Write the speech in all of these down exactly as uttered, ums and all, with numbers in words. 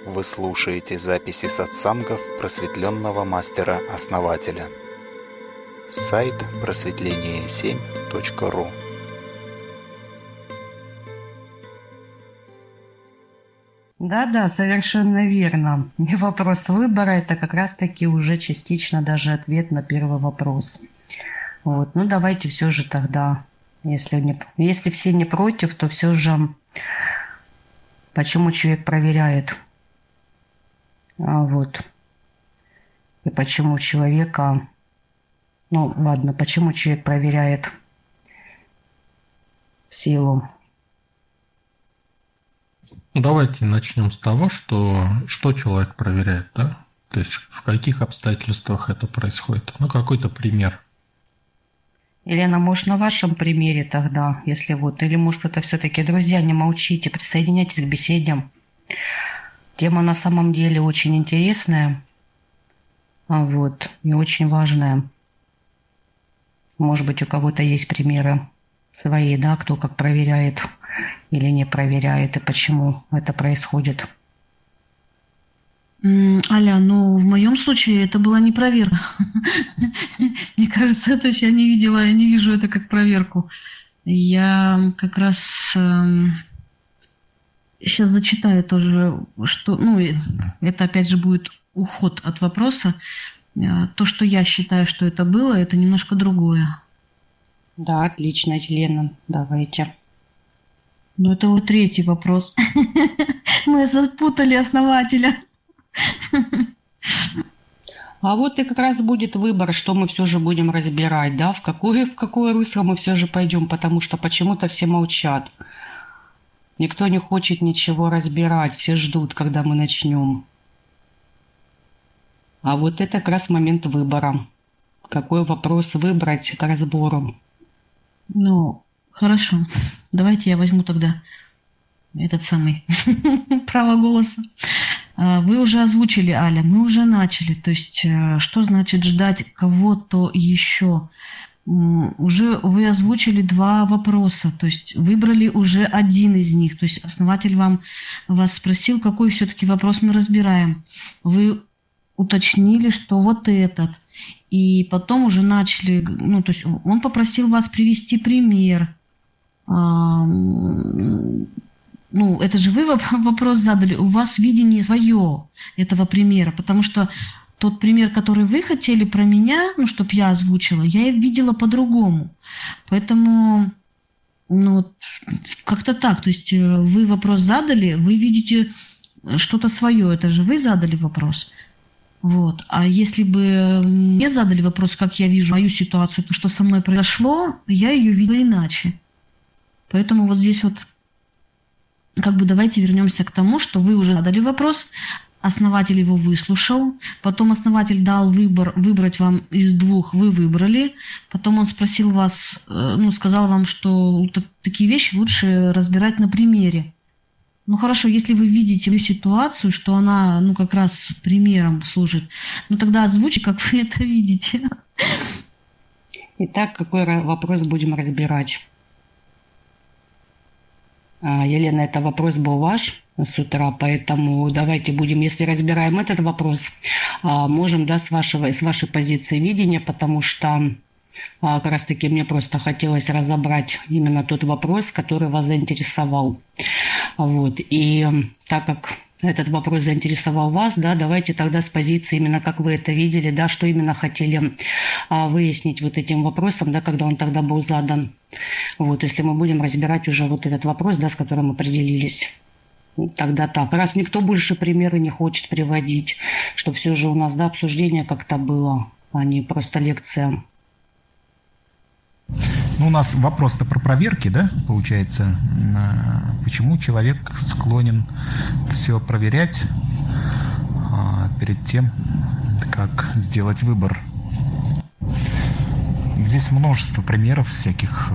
Вы слушаете записи сатсангов просветленного мастера-основателя. Сайт просветление семь точка ру. Да-да, совершенно верно. И вопрос выбора – это как раз-таки уже частично даже ответ на первый вопрос. Вот. Ну, давайте все же тогда, если, не, если все не против, то все же почему человек проверяет? А вот. И почему человека... Ну, ладно, почему человек проверяет силу? Давайте начнем с того, что, что человек проверяет, да? То есть в каких обстоятельствах это происходит. Ну, какой-то пример. Елена, может, на вашем примере тогда, если вот, или может это все-таки, друзья, не молчите, присоединяйтесь к беседам. Тема на самом деле очень интересная, вот, и очень важная. Может быть, у кого-то есть примеры свои, да, кто как проверяет или не проверяет, и почему это происходит. Аля, ну в моем случае это была не проверка. Мне кажется, то есть я не видела, я не вижу это как проверку. Я как раз э, сейчас зачитаю тоже, что, ну, это опять же будет уход от вопроса. То, что я считаю, что это было, это немножко другое. Да, отлично, Елена, давайте. Ну, это вот третий вопрос. Мы запутали основателя. А вот и как раз будет выбор, что мы все же будем разбирать, да, в какое, в какое русло мы все же пойдем, потому что почему-то все молчат. Никто не хочет ничего разбирать, все ждут, когда мы начнем. А вот это как раз момент выбора. Какой вопрос выбрать к разбору? Ну, хорошо. Давайте я возьму тогда этот самый право голоса. Вы уже озвучили, Аля, мы уже начали. То есть, что значит ждать кого-то еще? Уже вы озвучили два вопроса, то есть выбрали уже один из них. То есть основатель вам, вас спросил, какой все-таки вопрос мы разбираем. Вы уточнили, что вот этот. И потом уже начали, ну, то есть он попросил вас привести пример. Ну, это же вы вопрос задали, у вас видение свое этого примера, потому что тот пример, который вы хотели про меня, ну, чтобы я озвучила, я видела по-другому. Поэтому, ну, как-то так, то есть вы вопрос задали, вы видите что-то свое, это же вы задали вопрос. Вот. А если бы мне задали вопрос, как я вижу мою ситуацию, то, что со мной произошло, я ее видела иначе. Поэтому вот здесь вот как бы давайте вернемся к тому, что вы уже задали вопрос, основатель его выслушал, потом основатель дал выбор, выбрать вам из двух, вы выбрали, потом он спросил вас, ну, сказал вам, что такие вещи лучше разбирать на примере. Ну хорошо, если вы видите всю ситуацию, что она, ну, как раз примером служит, ну тогда озвучьте, как вы это видите. Итак, какой вопрос будем разбирать? Елена, это вопрос был ваш с утра, поэтому давайте будем, если разбираем этот вопрос, можем, да, с вашего, с вашей позиции видения, потому что как раз таки мне просто хотелось разобрать именно тот вопрос, который вас заинтересовал. Вот. И так как этот вопрос заинтересовал вас, да, давайте тогда с позиции именно как вы это видели, да, что именно хотели а, выяснить вот этим вопросом, да, когда он тогда был задан. Вот, если мы будем разбирать уже вот этот вопрос, да, с которым определились. Тогда так. Раз никто больше примеры не хочет приводить, что все же у нас, да, обсуждение как-то было, а не просто лекция. Ну, у нас вопрос-то про проверки, да, получается. Почему человек склонен все проверять а, перед тем, как сделать выбор? Здесь множество примеров всяких.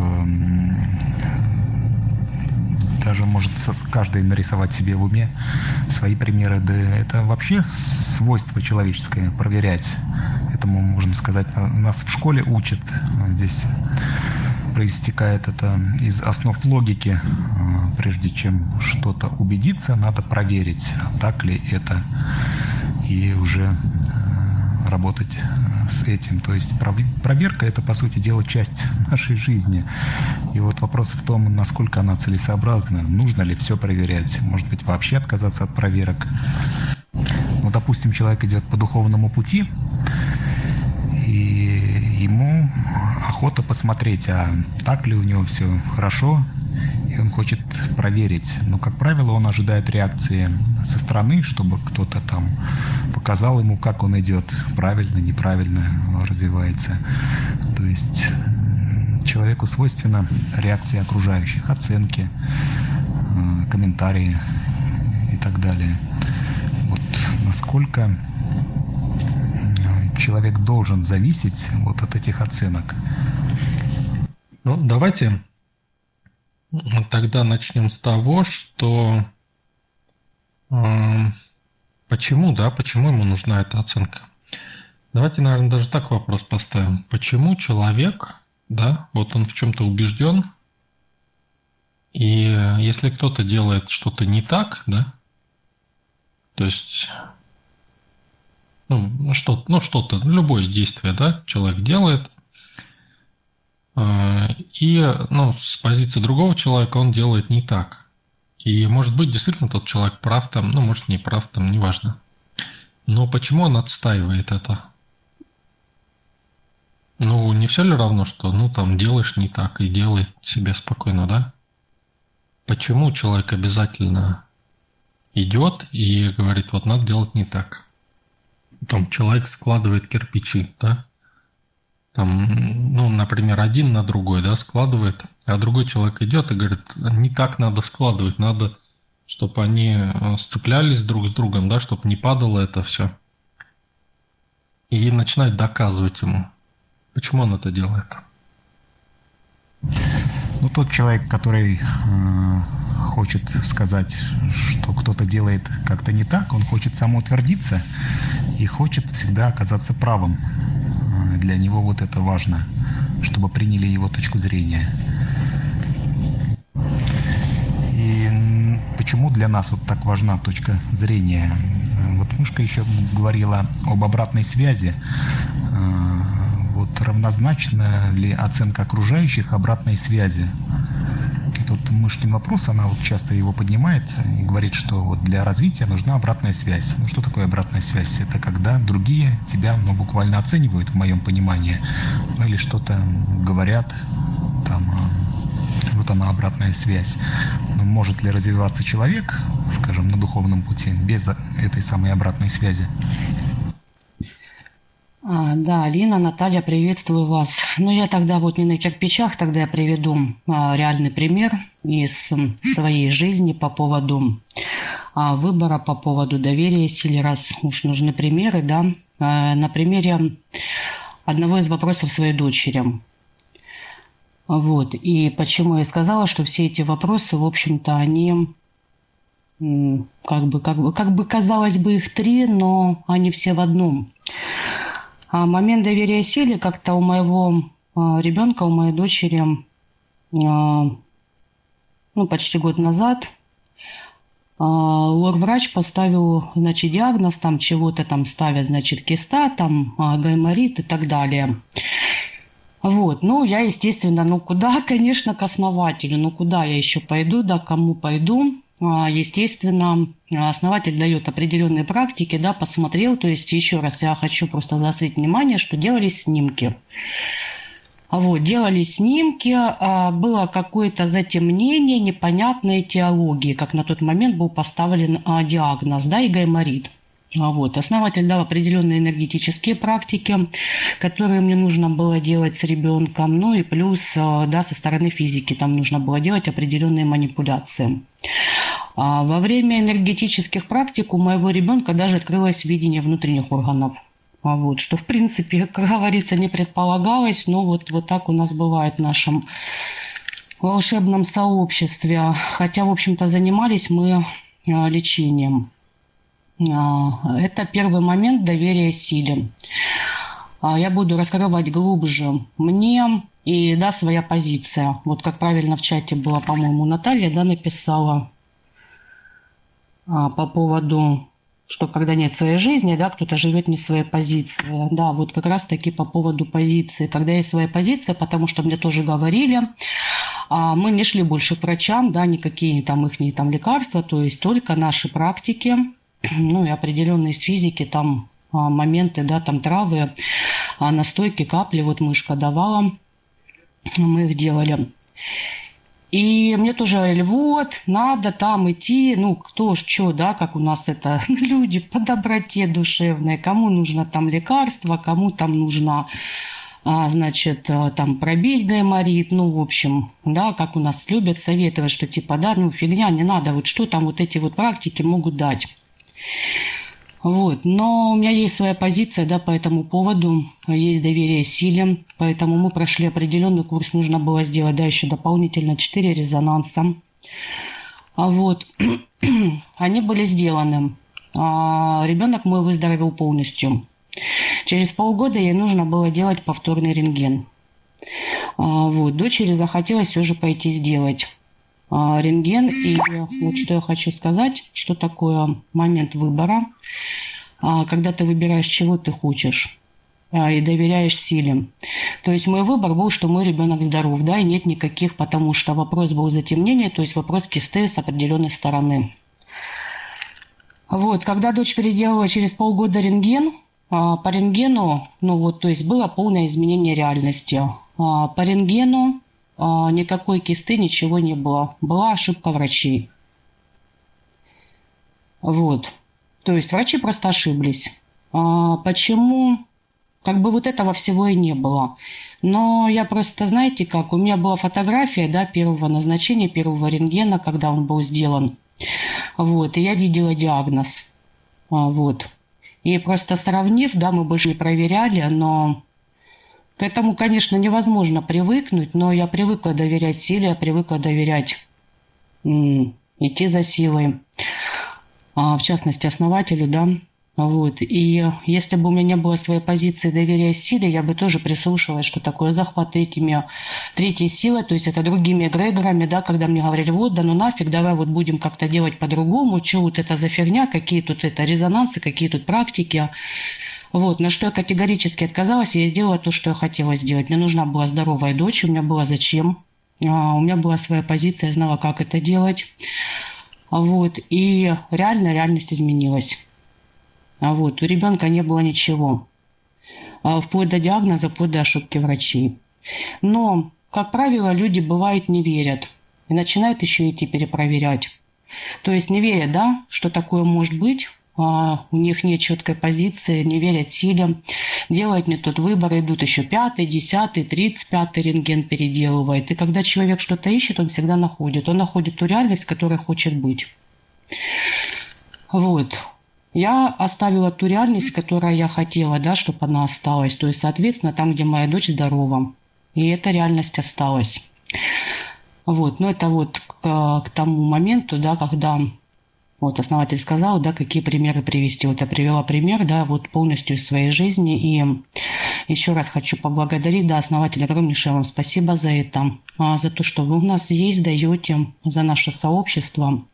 Даже может каждый нарисовать себе в уме свои примеры. Да это вообще свойство человеческое проверять. Этому, можно сказать, нас в школе учат. Здесь проистекает это из основ логики. Прежде чем что-то убедиться, надо проверить, так ли это, и уже работать с этим. То есть проверка – это, по сути дела, часть нашей жизни. И вот вопрос в том, насколько она целесообразна, нужно ли все проверять, может быть, вообще отказаться от проверок. Ну, допустим, человек идет по духовному пути, и ему охота посмотреть, а так ли у него все хорошо, и он хочет проверить. Но, как правило, он ожидает реакции со стороны, чтобы кто-то там показал ему, как он идет, правильно, неправильно развивается. То есть человеку свойственна реакция окружающих, оценки, комментарии и так далее. Вот насколько человек должен зависеть вот от этих оценок. Ну, давайте тогда начнем с того, что э, почему, да, почему ему нужна эта оценка. Давайте, наверное, даже так вопрос поставим. Почему человек, да, вот он в чем-то убежден, и если кто-то делает что-то не так, да, то есть, ну, что, ну, что-то, любое действие, да, человек делает, и, ну, с позиции другого человека он делает не так. И, может быть, действительно тот человек прав там, ну, может, не прав там, неважно. Но почему он отстаивает это? Ну, не все ли равно, что, ну, там, делаешь не так и делай себе спокойно, да? Почему человек обязательно идет и говорит, вот надо делать не так? Там человек складывает кирпичи, да? Там, ну, например, один на другой, да, складывает, а другой человек идет и говорит, не так надо складывать, надо, чтобы они сцеплялись друг с другом, да, чтобы не падало это все. И начинает доказывать ему, почему он это делает. Ну, тот человек, который э, хочет сказать, что кто-то делает как-то не так, он хочет самоутвердиться и хочет всегда оказаться правым. Для него вот это важно, чтобы приняли его точку зрения. И почему для нас вот так важна точка зрения? Вот Мышка еще говорила об обратной связи. Вот равнозначна ли оценка окружающих обратной связи? Тут Мышкин вопрос, она вот часто его поднимает и говорит, что вот для развития нужна обратная связь. Ну, что такое обратная связь? Это когда другие тебя, ну, буквально оценивают, в моем понимании, ну, или что-то говорят, там, вот она, обратная связь. Но может ли развиваться человек, скажем, на духовном пути без этой самой обратной связи? А, да, Алина, Наталья, приветствую вас. Ну, я тогда вот не на кирпичах, тогда я приведу а, реальный пример из м, своей жизни по поводу а, выбора, по поводу доверия силе, раз уж нужны примеры, да. А, на примере одного из вопросов своей дочери. Вот, и почему я сказала, что все эти вопросы, в общем-то, они, м, как бы, как бы, как бы казалось бы, их три, но они все в одном. А момент доверия силе как-то у моего а, ребенка, у моей дочери, а, ну, почти год назад а, лор-врач поставил, значит, диагноз, там чего-то там ставят, значит, киста, там а, гайморит и так далее. Вот, ну, я, естественно, ну, куда, конечно, к основателю, ну, куда я еще пойду, да, к кому пойду. Естественно, основатель дает определенные практики, да, посмотрел, то есть еще раз я хочу просто заострить внимание, что делались снимки. Вот, делали снимки, было какое-то затемнение непонятной теологии, как на тот момент был поставлен диагноз, да, и гайморит. Вот. Основатель дал определенные энергетические практики, которые мне нужно было делать с ребенком, ну и плюс, да, со стороны физики там нужно было делать определенные манипуляции. А во время энергетических практик у моего ребенка даже открылось видение внутренних органов. Вот, что, в принципе, как говорится, не предполагалось, но вот, вот так у нас бывает в нашем волшебном сообществе. Хотя, в общем-то, занимались мы лечением. Это первый момент доверия силе. Я буду раскрывать глубже. Мне и, да, своя позиция. Вот как правильно в чате было, по-моему, Наталья, да, написала а, по поводу, что когда нет своей жизни, да, кто-то живет не своей позиции. Да, вот как раз-таки по поводу позиции. Когда есть своя позиция, потому что мне тоже говорили, а, мы не шли больше к врачам, да, никакие там их там лекарства, то есть только наши практики, ну и определенные из физики, там а, моменты, да, там травы, а, настойки, капли, вот мышка давала. Мы их делали. И мне тоже говорили, вот, надо там идти, ну, кто ж что, да, как у нас это, люди по доброте душевной, кому нужно там лекарство, кому там нужно, а, значит, там пробить гайморит, ну, в общем, да, как у нас любят советовать, что типа, да, ну, фигня, не надо, вот что там вот эти вот практики могут дать. Вот, но у меня есть своя позиция, да, по этому поводу, есть доверие силе, поэтому мы прошли определенный курс, нужно было сделать, да, еще дополнительно четыре резонанса, а вот, они были сделаны, а ребенок мой выздоровел полностью, через полгода ей нужно было делать повторный рентген, а вот, дочери захотелось все же пойти сделать рентген, и вот что я хочу сказать, что такое момент выбора, когда ты выбираешь, чего ты хочешь, и доверяешь силе. То есть мой выбор был, что мой ребенок здоров, да, и нет никаких, потому что вопрос был затемнения, то есть вопрос кисты с определенной стороны. Вот, когда дочь переделала через полгода рентген, по рентгену, ну вот, то есть было полное изменение реальности. По рентгену никакой кисты, ничего не было. Была ошибка врачей. Вот. То есть врачи просто ошиблись. А почему? Как бы вот этого всего и не было. Но я просто, знаете как, у меня была фотография, да, первого назначения, первого рентгена, когда он был сделан. Вот. И я видела диагноз. А, вот. И просто сравнив, да, мы больше не проверяли, но... К этому, конечно, невозможно привыкнуть, но я привыкла доверять силе, я привыкла доверять, м- идти за силой, а, в частности, основателю, да, вот. И если бы у меня не было своей позиции доверия силе, я бы тоже прислушалась, что такое захват этими третьей силой, то есть это другими эгрегорами, да, когда мне говорили, вот, да ну нафиг, давай вот будем как-то делать по-другому, что вот это за фигня, какие тут это резонансы, какие тут практики. Вот, на что я категорически отказалась, я сделала то, что я хотела сделать. Мне нужна была здоровая дочь, у меня было зачем, а, у меня была своя позиция, я знала, как это делать. Вот, и реально реальность изменилась. А вот, у ребенка не было ничего, а, вплоть до диагноза, вплоть до ошибки врачей. Но, как правило, люди, бывает, не верят и начинают еще идти перепроверять. То есть не верят, да, что такое может быть. А, у них нет четкой позиции, не верят силе, делают не тот выбор, идут еще пятый, десятый, тридцать пятый рентген переделывает. И когда человек что-то ищет, он всегда находит. Он находит ту реальность, которая хочет быть. Вот. Я оставила ту реальность, которую я хотела, да, чтобы она осталась. То есть, соответственно, там, где моя дочь здорова. И эта реальность осталась. Вот. Но это вот к, к тому моменту, да, когда... Вот основатель сказал, да, какие примеры привести. Вот я привела пример, да, вот полностью из своей жизни. И еще раз хочу поблагодарить, да, основатель, огромнейшее вам спасибо за это, за то, что вы у нас есть, даете, за наше сообщество.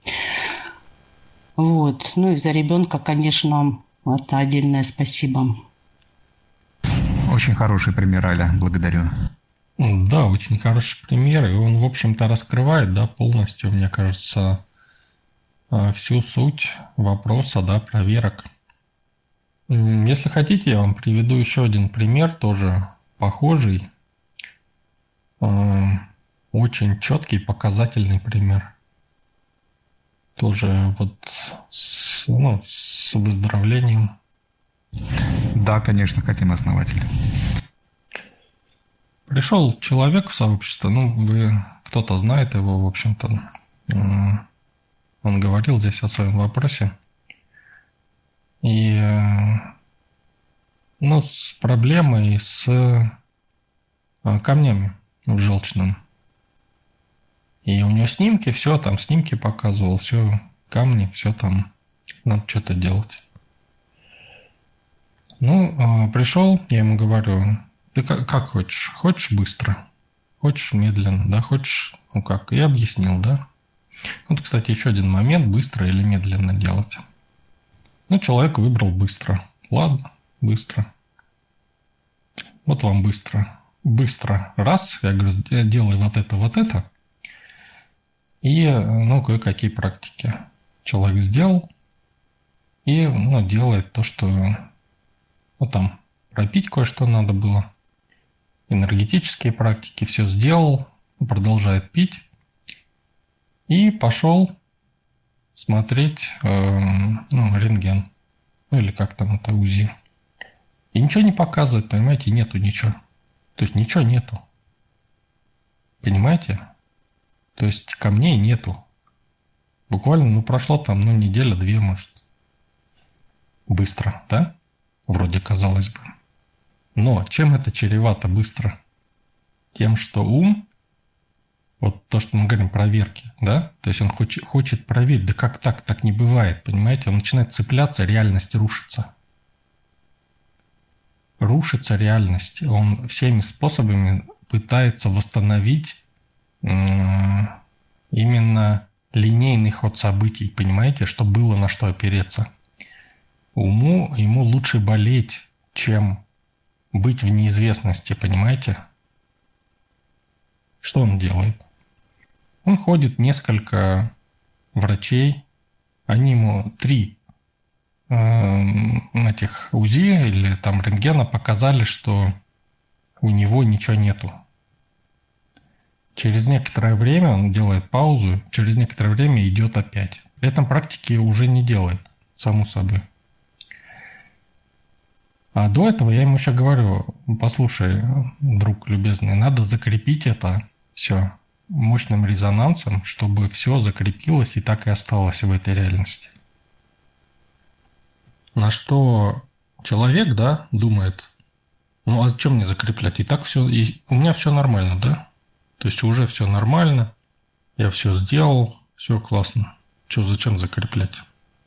Вот. Ну и за ребенка, конечно, это отдельное спасибо. Очень хороший пример, Аля, благодарю. Да, очень хороший пример, и он, в общем-то, раскрывает, да, полностью, мне кажется, всю суть вопроса, да, проверок. Если хотите, я вам приведу еще один пример, тоже похожий, очень четкий, показательный пример. Тоже вот с, ну, с выздоровлением. Да, конечно, хотим, основатель. Пришел человек в сообщество, ну, вы, кто-то знает его, в общем-то. Он говорил здесь о своем вопросе. И, ну, с проблемой с камнями в желчном. И у него снимки, все, там снимки показывал, все, камни, все там, надо что-то делать. Ну, пришел, я ему говорю, ты как, как хочешь? Хочешь быстро? хочешь медленно, да, хочешь, ну как, и объяснил, да. Вот, кстати, еще один момент, быстро или медленно делать. Ну, человек выбрал быстро. Ладно, быстро. Вот вам быстро. Быстро. Раз, я говорю, делай вот это, вот это. И, ну, кое-какие практики. Человек сделал и, ну, делает то, что, ну, там, пропить кое-что надо было. Энергетические практики, все сделал, продолжает пить. И пошел смотреть, э, ну, рентген. Ну, или как там это, УЗИ. И ничего не показывает, понимаете, нету ничего. То есть ничего нету. Понимаете? То есть камней нету. Буквально, ну, прошло там, ну, неделя-две, может. Быстро, да? Вроде казалось бы. Но чем это чревато быстро? Тем, что ум, вот то, что мы говорим, проверки, да? То есть он хочет, хочет проверить, да как так? Так не бывает, понимаете? Он начинает цепляться, реальность рушится. Рушится реальность. Он всеми способами пытается восстановить м- именно линейный ход событий, понимаете? Что было на что опереться. Уму, ему лучше болеть, чем быть в неизвестности, понимаете? Что он делает? Он ходит несколько врачей, они ему три э, этих УЗИ или там рентгена показали, что у него ничего нету. Через некоторое время он делает паузу, через некоторое время идет опять. При этом практики уже не делает, само собой. А до этого я ему еще говорю, послушай, друг любезный, надо закрепить это все мощным резонансом, чтобы все закрепилось и так и осталось в этой реальности. На что человек, да, думает, ну а зачем мне закреплять? И так все, и у меня все нормально, да? То есть уже все нормально, я все сделал, все классно. Что, зачем закреплять?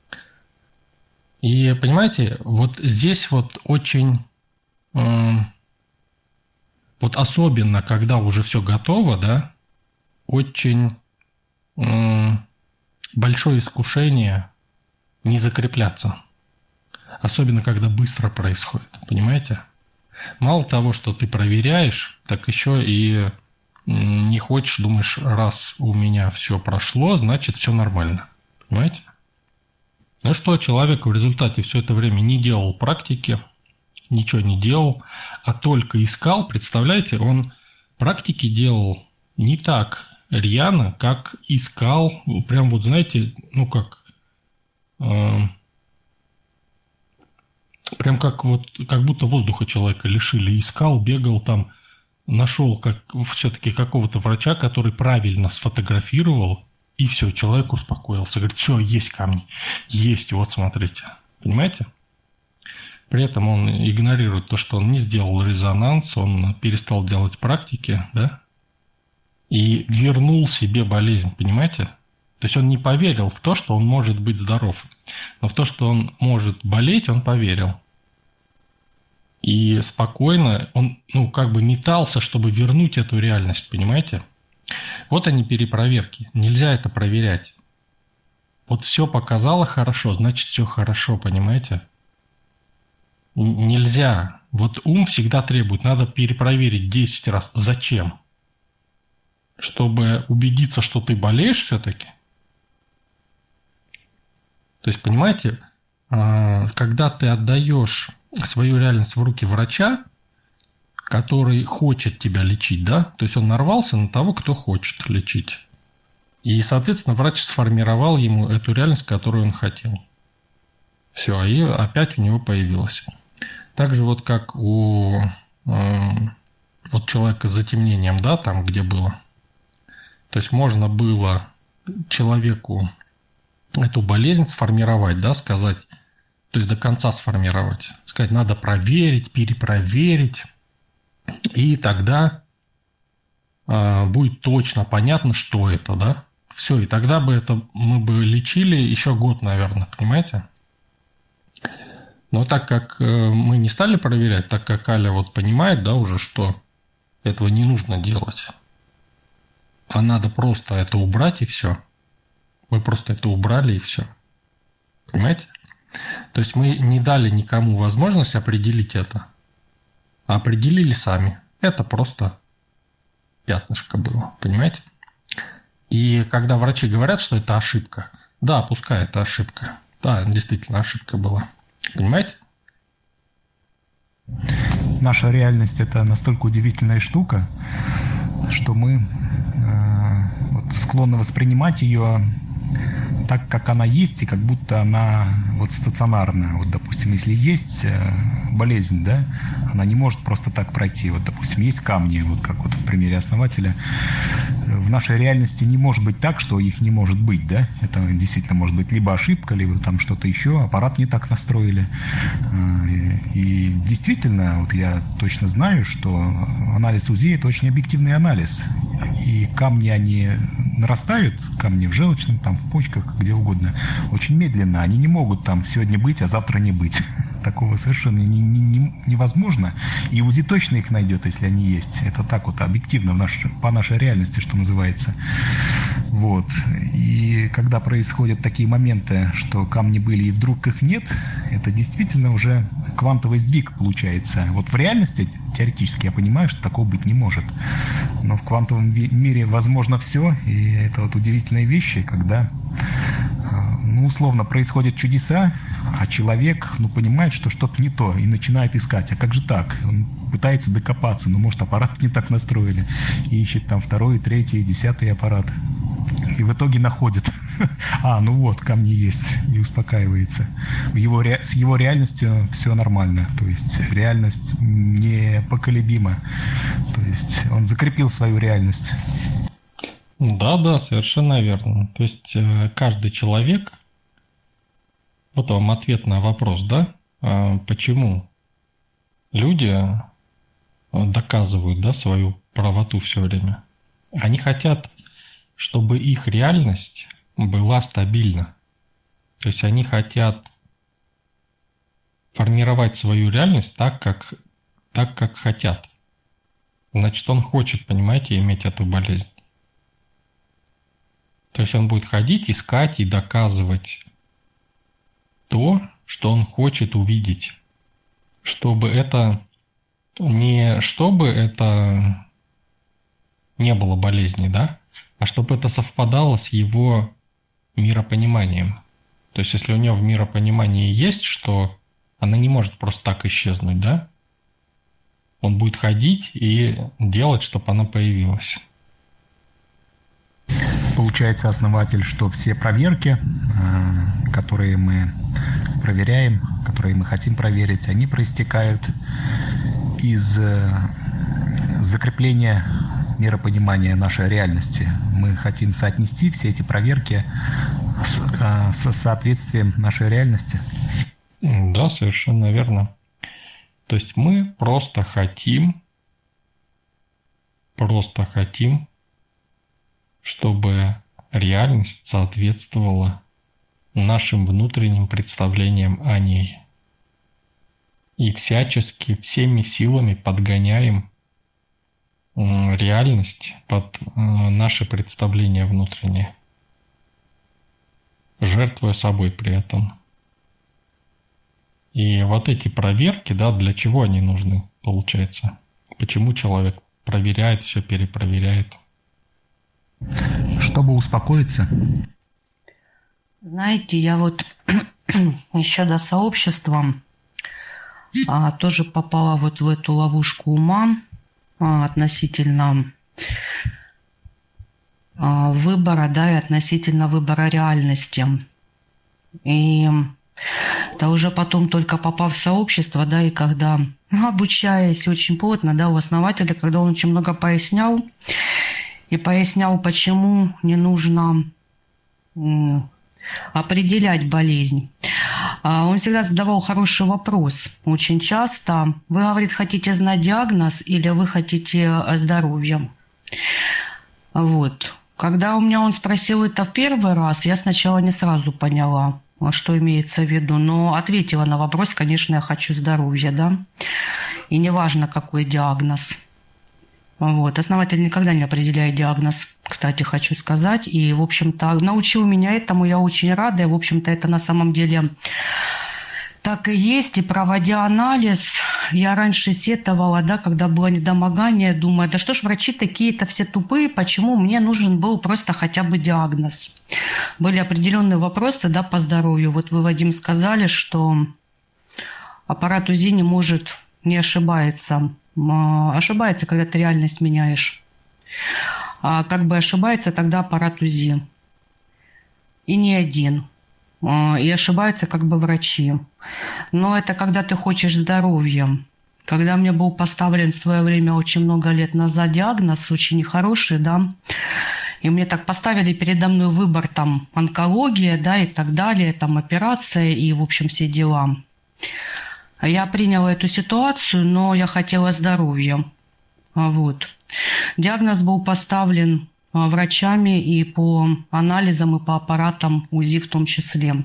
И понимаете, вот здесь вот очень, э, вот особенно, когда уже все готово, да, очень э, большое искушение не закрепляться. Особенно, когда быстро происходит, понимаете? Мало того, что ты проверяешь, так еще и не хочешь, думаешь, раз у меня все прошло, значит все нормально, понимаете? Ну что, человек в результате все это время не делал практики, ничего не делал, а только искал, представляете, он практики делал не так рьяно, как искал, прям вот знаете, ну как, э, прям как вот, как будто воздуха человека лишили, искал, бегал там, нашел как, все-таки какого-то врача, который правильно сфотографировал, и все, человек успокоился. Говорит, все, есть камни. Есть, вот смотрите. Понимаете? При этом он игнорирует то, что он не сделал резонанс, он перестал делать практики, да? И вернул себе болезнь, понимаете? То есть он не поверил в то, что он может быть здоров. Но в то, что он может болеть, он поверил. И спокойно он, ну, как бы метался, чтобы вернуть эту реальность, понимаете? Вот они перепроверки. Нельзя это проверять. Вот все показало хорошо, значит все хорошо, понимаете? Нельзя. Вот ум всегда требует. Надо перепроверить десять раз. Зачем? Чтобы убедиться, что ты болеешь все-таки? То есть, понимаете, когда ты отдаешь свою реальность в руки врача, который хочет тебя лечить, да? То есть он нарвался на того, кто хочет лечить. И, соответственно, врач сформировал ему эту реальность, которую он хотел. Все, и опять у него появилось. Так же вот как у э, вот человека с затемнением, да, там где было. То есть можно было человеку эту болезнь сформировать, да, сказать, то есть до конца сформировать. Сказать, надо проверить, перепроверить. И тогда э, будет точно понятно, что это, да? Все, и тогда бы это мы бы лечили еще год, наверное, понимаете? Но так как э, мы не стали проверять, так как Аля вот понимает, да, уже, что этого не нужно делать, а надо просто это убрать и все. Мы просто это убрали и все. Понимаете? То есть мы не дали никому возможность определить это, а определили сами. Это просто пятнышко было. Понимаете? И когда врачи говорят, что это ошибка, да, пускай это ошибка. Да, действительно, ошибка была. Понимаете? Наша реальность – это настолько удивительная штука, что мы э, вот, склонны воспринимать ее так, как она есть, и как будто она вот стационарная. Вот, допустим, если есть э, болезнь, да, она не может просто так пройти. Вот, допустим, есть камни, вот как вот в примере основателя. В нашей реальности не может быть так, что их не может быть, да. Это действительно может быть либо ошибка, либо там что-то еще, аппарат не так настроили. И, и действительно, вот я точно знаю, что анализ УЗИ – это очень объективный анализ. И камни, они нарастают, камни в желчном, там, в почках, где угодно, очень медленно. Они не могут там сегодня быть, а завтра не быть. Такого совершенно не, не, не, невозможно. И УЗИ точно их найдет, если они есть. Это так вот объективно в наш, по нашей реальности, что называется. Вот. И когда происходят такие моменты, что камни были и вдруг их нет, это действительно уже квантовый сдвиг получается. Вот в реальности теоретически я понимаю, что такого быть не может. Но в квантовом мире возможно все. И это вот удивительные вещи, когда, ну, условно, происходят чудеса, а человек, ну, понимает, что что-то не то, и начинает искать. А как же так? Он пытается докопаться, но, может, аппарат не так настроили. И ищет там второй, третий, десятый аппарат. И в итоге находит. А, ну вот, камни есть. И успокаивается. В его, с его реальностью все нормально. То есть реальность непоколебима. То есть он закрепил свою реальность. Да, да, совершенно верно. То есть каждый человек, вот вам ответ на вопрос, да, почему люди доказывают, да, свою правоту все время. Они хотят, чтобы их реальность была стабильна. То есть они хотят формировать свою реальность так, как, так, как хотят. Значит, он хочет, понимаете, иметь эту болезнь. То есть он будет ходить, искать и доказывать то, что он хочет увидеть. Чтобы это не чтобы это не было болезни, да, а чтобы это совпадало с его миропониманием. То есть если у него в миропонимании есть, что она не может просто так исчезнуть, да, он будет ходить и делать, чтобы она появилась. Получается, основатель, что все проверки, которые мы проверяем, которые мы хотим проверить, они проистекают из закрепления миропонимания нашей реальности. Мы хотим соотнести все эти проверки с, с соответствием нашей реальности. Да, совершенно верно. То есть мы просто хотим, просто хотим, чтобы реальность соответствовала нашим внутренним представлениям о ней. И всячески, всеми силами подгоняем реальность под наши представления внутренние, жертвуя собой при этом. И вот эти проверки, да, для чего они нужны, получается? Почему человек проверяет, все перепроверяет? Чтобы успокоиться. Знаете, я вот еще до сообщества а, тоже попала вот в эту ловушку ума а, относительно а, выбора, да, и относительно выбора реальности. И это уже потом, только попав в сообщество, да, и когда, обучаясь очень плотно, да, у основателя, когда он очень много пояснял, и пояснял, почему не нужно определять болезнь. Он всегда задавал хороший вопрос. Очень часто: вы, говорит, хотите знать диагноз или вы хотите здоровья? Вот. Когда у меня он спросил это в первый раз, я сначала не сразу поняла, что имеется в виду, но ответила на вопрос: конечно, я хочу здоровья, да, и неважно, какой диагноз. Вот. Основатель никогда не определяет диагноз, кстати, хочу сказать. И, в общем-то, научил меня этому, я очень рада. И, в общем-то, это на самом деле так и есть. И проводя анализ, я раньше сетовала, да, когда было недомогание, думаю, да что ж врачи такие-то все тупые, почему мне нужен был просто хотя бы диагноз. Были определенные вопросы, да, по здоровью. Вот вы, Вадим, сказали, что аппарат УЗИ не может, не ошибается. Ошибается, когда ты реальность меняешь. А как бы ошибается тогда аппарат УЗИ. И не один. И ошибаются как бы врачи. Но это когда ты хочешь здоровья. Когда мне был поставлен в свое время очень много лет назад диагноз, очень нехороший, да, и мне так поставили передо мной выбор, там, онкология, да, и так далее, там, операция и, в общем, все дела. Я приняла эту ситуацию, но я хотела здоровья. Вот. Диагноз был поставлен врачами и по анализам, и по аппаратам УЗИ в том числе.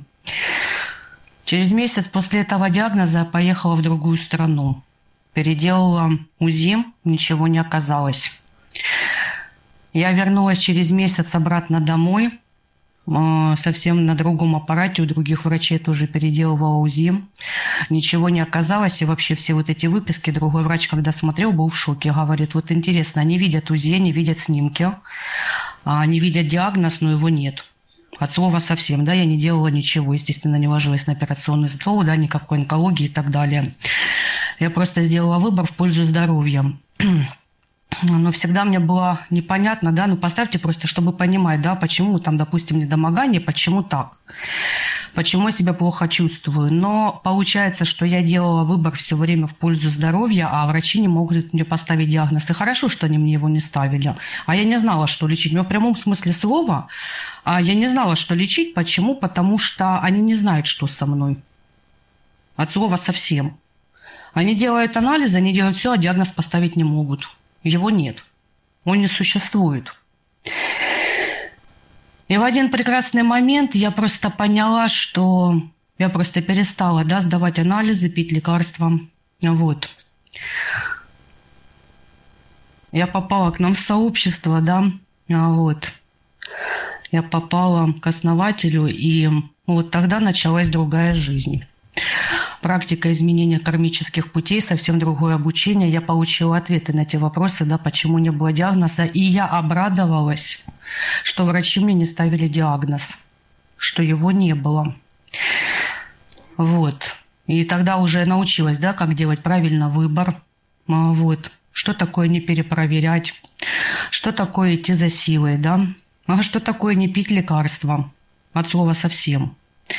Через месяц после этого диагноза я поехала в другую страну. Переделала УЗИ, ничего не оказалось. Я вернулась через месяц обратно домой. Совсем на другом аппарате, у других врачей тоже переделывала УЗИ. Ничего не оказалось, и вообще все вот эти выписки, другой врач, когда смотрел, был в шоке. Говорит, вот интересно, они видят УЗИ, они видят снимки, они видят диагноз, но его нет. От слова совсем, да, я не делала ничего, естественно, не ложилась на операционный стол, да, никакой онкологии и так далее. Я просто сделала выбор в пользу здоровья. Но всегда мне было непонятно, да, ну поставьте просто, чтобы понимать, да, почему там, допустим, недомогание, почему так, почему я себя плохо чувствую. Но получается, что я делала выбор все время в пользу здоровья, а врачи не могут мне поставить диагноз. И хорошо, что они мне его не ставили. А я не знала, что лечить. Но в прямом смысле слова а я не знала, что лечить. Почему? Потому что они не знают, что со мной. От слова совсем. Они делают анализы, они делают все, а диагноз поставить не могут. Его нет. Он не существует. И в один прекрасный момент я просто поняла, что я просто перестала, да, сдавать анализы, пить лекарства. Вот. Я попала к нам в сообщество, да, вот. Я попала к основателю, и вот тогда началась другая жизнь. Практика изменения кармических путей, совсем другое обучение. Я получила ответы на те вопросы, да, почему не было диагноза. И я обрадовалась, что врачи мне не ставили диагноз, что его не было. Вот. И тогда уже научилась, да, как делать правильно выбор. Вот. Что такое не перепроверять, что такое идти за силой, да, а что такое не пить лекарства, от слова совсем.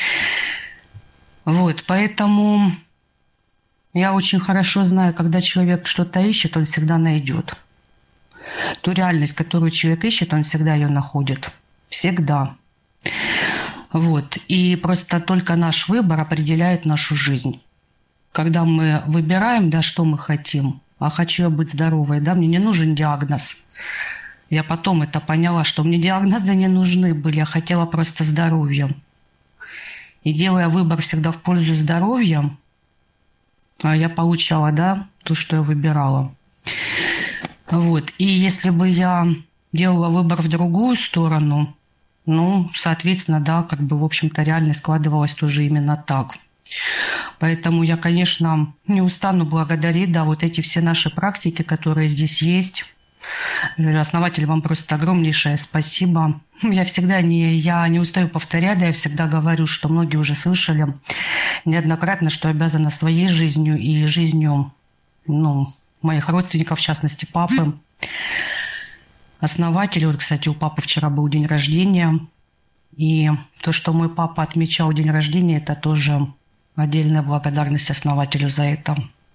Вот, поэтому я очень хорошо знаю, когда человек что-то ищет, он всегда найдет. Ту реальность, которую человек ищет, он всегда ее находит. Всегда. Вот. И просто только наш выбор определяет нашу жизнь. Когда мы выбираем, да, что мы хотим, а хочу я быть здоровой, да, мне не нужен диагноз. Я потом это поняла, что мне диагнозы не нужны были, я хотела просто здоровья. И делая выбор всегда в пользу здоровья, я получала, да, то, что я выбирала. Вот. И если бы я делала выбор в другую сторону, ну, соответственно, да, как бы, в общем-то, реальность складывалась тоже именно так. Поэтому я, конечно, не устану благодарить, да, вот эти все наши практики, которые здесь есть. Основатель, вам просто огромнейшее спасибо. Я всегда не, я не устаю повторять, да, я всегда говорю, что многие уже слышали неоднократно, что обязана своей жизнью и жизнью, ну, моих родственников, в частности, папы. Основатель, вот, кстати, у папы вчера был день рождения, и то, что мой папа отмечал день рождения, это тоже отдельная благодарность основателю за это.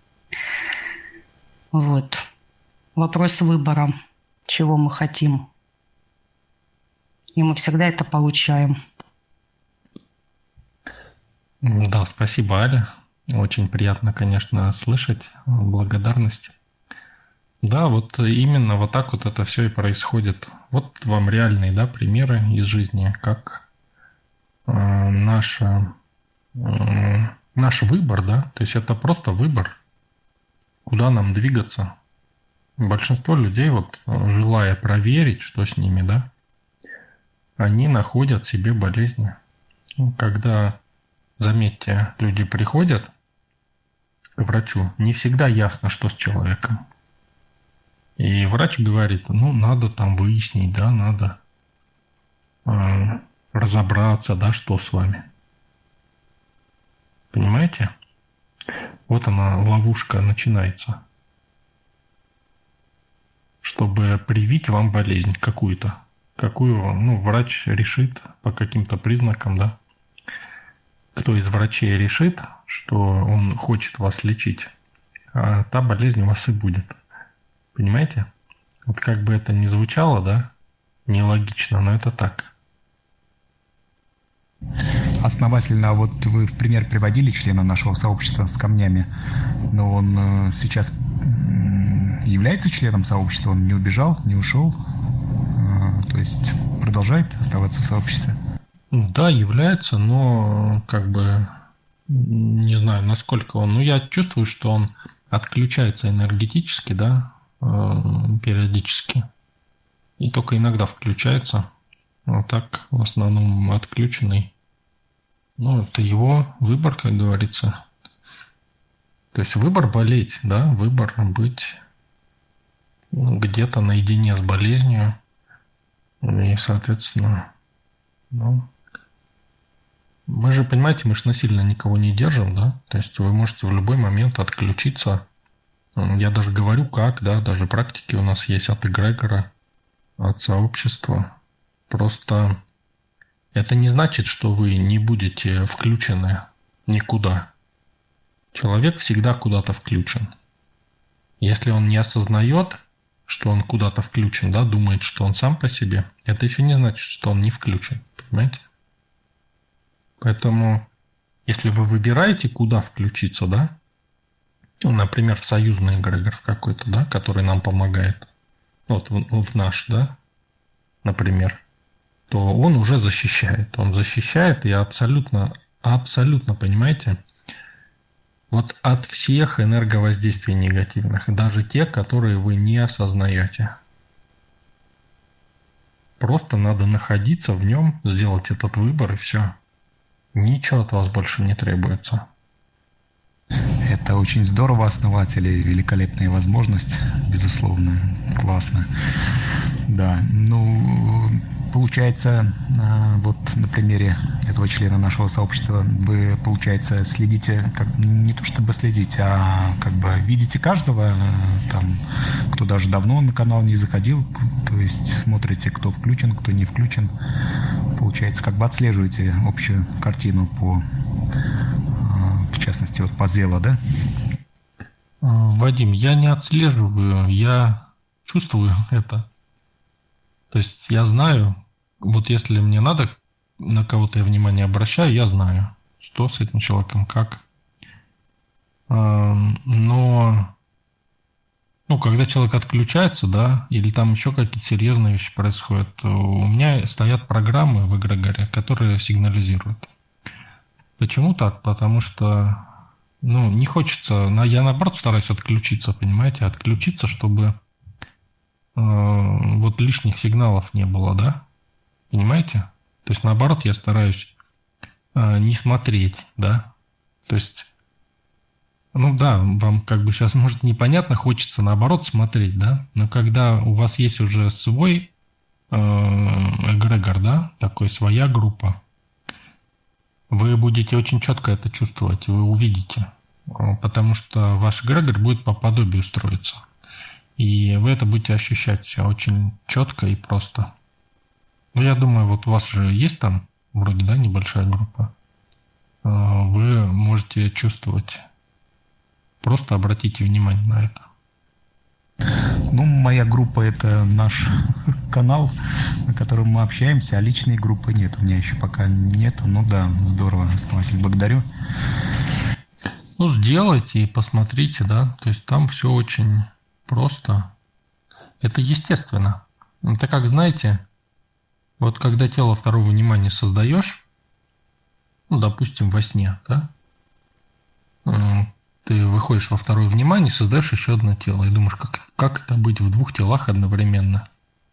Вот. Вопрос выбора, чего мы хотим. И мы всегда это получаем. Да, спасибо, Аля. Очень приятно, конечно, слышать благодарность. Да, вот именно вот так вот это все и происходит. Вот вам реальные, да, примеры из жизни, как э, наша, э, наш выбор, да, то есть это просто выбор, куда нам двигаться. большинство людей, вот желая проверить, что с ними, да, они находят себе болезни. Когда, заметьте, люди приходят к врачу, не всегда ясно, что с человеком. И врач говорит, ну, надо там выяснить, да, надо э, разобраться, да, что с вами. Понимаете? Вот она, ловушка начинается. Чтобы привить вам болезнь какую-то. Какую, ну, врач решит по каким-то признакам, да. Кто из врачей решит, что он хочет вас лечить, а та болезнь у вас и будет. Понимаете? Вот как бы это ни звучало, да, нелогично, но это так. Основательно, вот вы в пример приводили члена нашего сообщества с камнями, но он сейчас является членом сообщества, он не убежал, не ушел, то есть продолжает оставаться в сообществе? Да, является, но как бы не знаю, насколько он. Ну, я чувствую, что он отключается энергетически, да, периодически. И только иногда включается. А так, в основном, отключенный. Ну, это его выбор, как говорится. То есть выбор болеть, да, выбор быть ну, где-то наедине с болезнью. И, соответственно, ну, мы же, понимаете, мы же насильно никого не держим, да? То есть вы можете в любой момент отключиться. Я даже говорю, как, да, даже практики у нас есть от эгрегора, от сообщества. Просто это не значит, что вы не будете включены никуда. Человек всегда куда-то включен. Если он не осознает, что он куда-то включен, да, думает, что он сам по себе, это еще не значит, что он не включен, понимаете? Поэтому, если вы выбираете, куда включиться, да, ну, например, в союзный эгрегор какой-то, да, который нам помогает, вот в, в наш, да, например, то он уже защищает. Он защищает и абсолютно, абсолютно, понимаете, вот от всех энерговоздействий негативных, даже те, которые вы не осознаете. Просто надо находиться в нем, сделать этот выбор и все. Ничего от вас больше не требуется. Это очень здорово, основатели, великолепная возможность, безусловно, классно. Да, ну, получается, вот на примере этого члена нашего сообщества вы, получается, следите, как, не то чтобы следите, а как бы видите каждого, там, кто даже давно на канал не заходил, то есть смотрите, кто включен, кто не включен, получается, как бы отслеживаете общую картину по, в частности, вот по Зело, да? Вадим, я не отслеживаю, я чувствую это. То есть я знаю, вот если мне надо, на кого-то я внимание обращаю, я знаю, что с этим человеком, как. Но, ну, когда человек отключается, да, или там еще какие-то серьезные вещи происходят, у меня стоят программы в эгрегоре, которые сигнализируют. Почему так? Потому что, ну, не хочется, я наоборот стараюсь отключиться, понимаете, отключиться, чтобы вот лишних сигналов не было, да? Понимаете? То есть, наоборот, я стараюсь э, не смотреть, да? То есть, ну да, вам как бы сейчас, может, непонятно, хочется, наоборот, смотреть, да? Но когда у вас есть уже свой э, эгрегор, да, такой, своя группа, вы будете очень четко это чувствовать, вы увидите. Потому что ваш эгрегор будет по подобию строиться. И вы это будете ощущать очень четко и просто. Ну, я думаю, вот у вас же есть там вроде, да, небольшая группа. Вы можете чувствовать. Просто обратите внимание на это. Ну, моя группа – это наш канал, на котором мы общаемся, а личной группы нет. У меня еще пока нету. Ну да, здорово, основатель, благодарю. Ну, сделайте и посмотрите, да. То есть там все очень просто. Это естественно. Это как, знаете, вот когда тело второго внимания создаешь, ну, допустим, во сне, да, ты выходишь во второе внимание, создаешь еще одно тело и думаешь, как, как это быть в двух телах одновременно.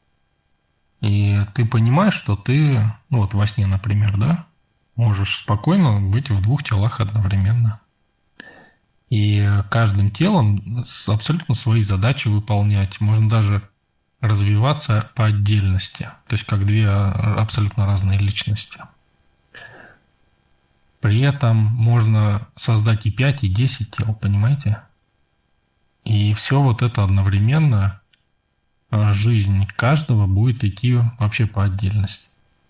И ты понимаешь, что ты, ну вот во сне, например, да, можешь спокойно быть в двух телах одновременно. И каждым телом абсолютно свои задачи выполнять. Можно даже развиваться по отдельности. То есть как две абсолютно разные личности. При этом можно создать и пять, и десять тел, понимаете? И все вот это одновременно, жизнь каждого будет идти вообще по отдельности.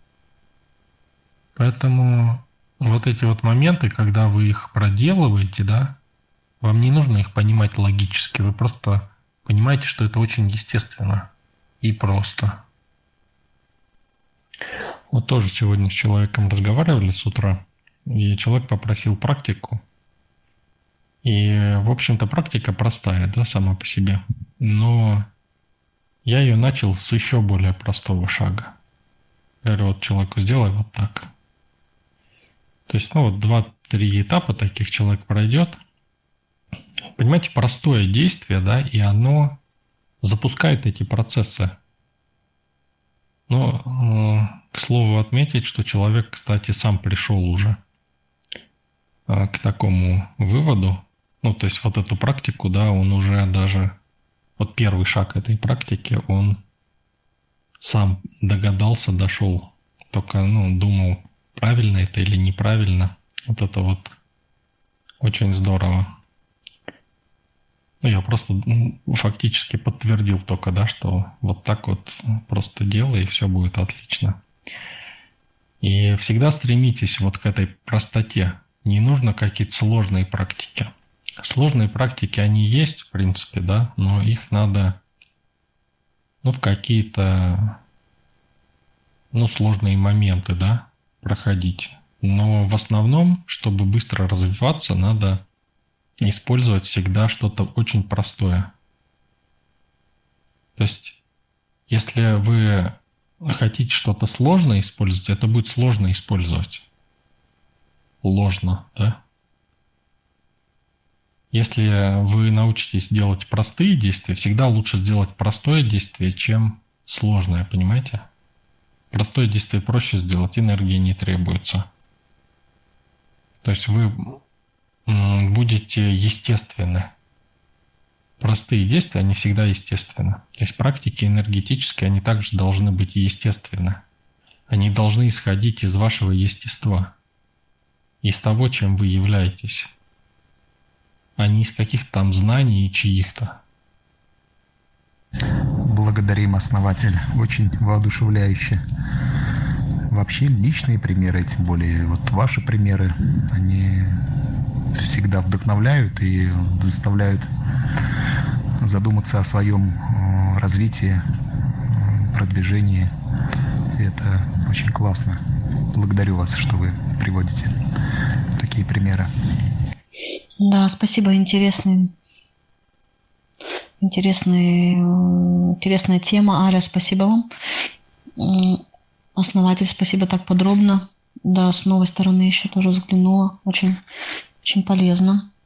Поэтому вот эти вот моменты, когда вы их проделываете, да, вам не нужно их понимать логически, вы просто понимаете, что это очень естественно и просто. Вот тоже сегодня с человеком разговаривали с утра, и человек попросил практику. И, в общем-то, практика простая, да, сама по себе. Но я ее начал с еще более простого шага. Я говорю, вот человеку сделай вот так. То есть, ну вот два-три этапа таких человек пройдет. Понимаете, простое действие, да, и оно запускает эти процессы. Но, к слову, отметить, что человек, кстати, сам пришел уже к такому выводу. Ну, то есть вот эту практику, да, он уже даже, вот первый шаг этой практики, он сам догадался, дошел. Только, ну, думал, правильно это или неправильно. Вот это вот очень здорово. Ну, я просто ну, фактически подтвердил только, да, что вот так вот просто делай, и все будет отлично. И всегда стремитесь вот к этой простоте. Не нужно какие-то сложные практики. Сложные практики, они есть, в принципе, да, но их надо, ну, в какие-то, ну, сложные моменты, да, проходить. Но в основном, чтобы быстро развиваться, надо использовать всегда что-то очень простое. То есть, если вы хотите что-то сложное использовать, это будет сложно использовать. Ложно, да? Если вы научитесь делать простые действия, всегда лучше сделать простое действие, чем сложное, понимаете? Простое действие проще сделать, энергии не требуется. То есть вы будете естественны. Простые действия, они всегда естественны. То есть практики энергетические, они также должны быть естественны. Они должны исходить из вашего естества, из того, чем вы являетесь, а не из каких-то там знаний и чьих-то. Благодарим, основатель. Очень воодушевляюще. Вообще личные примеры, тем более вот ваши примеры, они всегда вдохновляют и заставляют задуматься о своем развитии, продвижении. И это очень классно. Благодарю вас, что вы приводите такие примеры. Да, спасибо, интересный, интересный, интересная тема. Аля, спасибо вам. Основатель, спасибо так подробно. Да, с новой стороны еще тоже взглянула. Очень, очень полезно.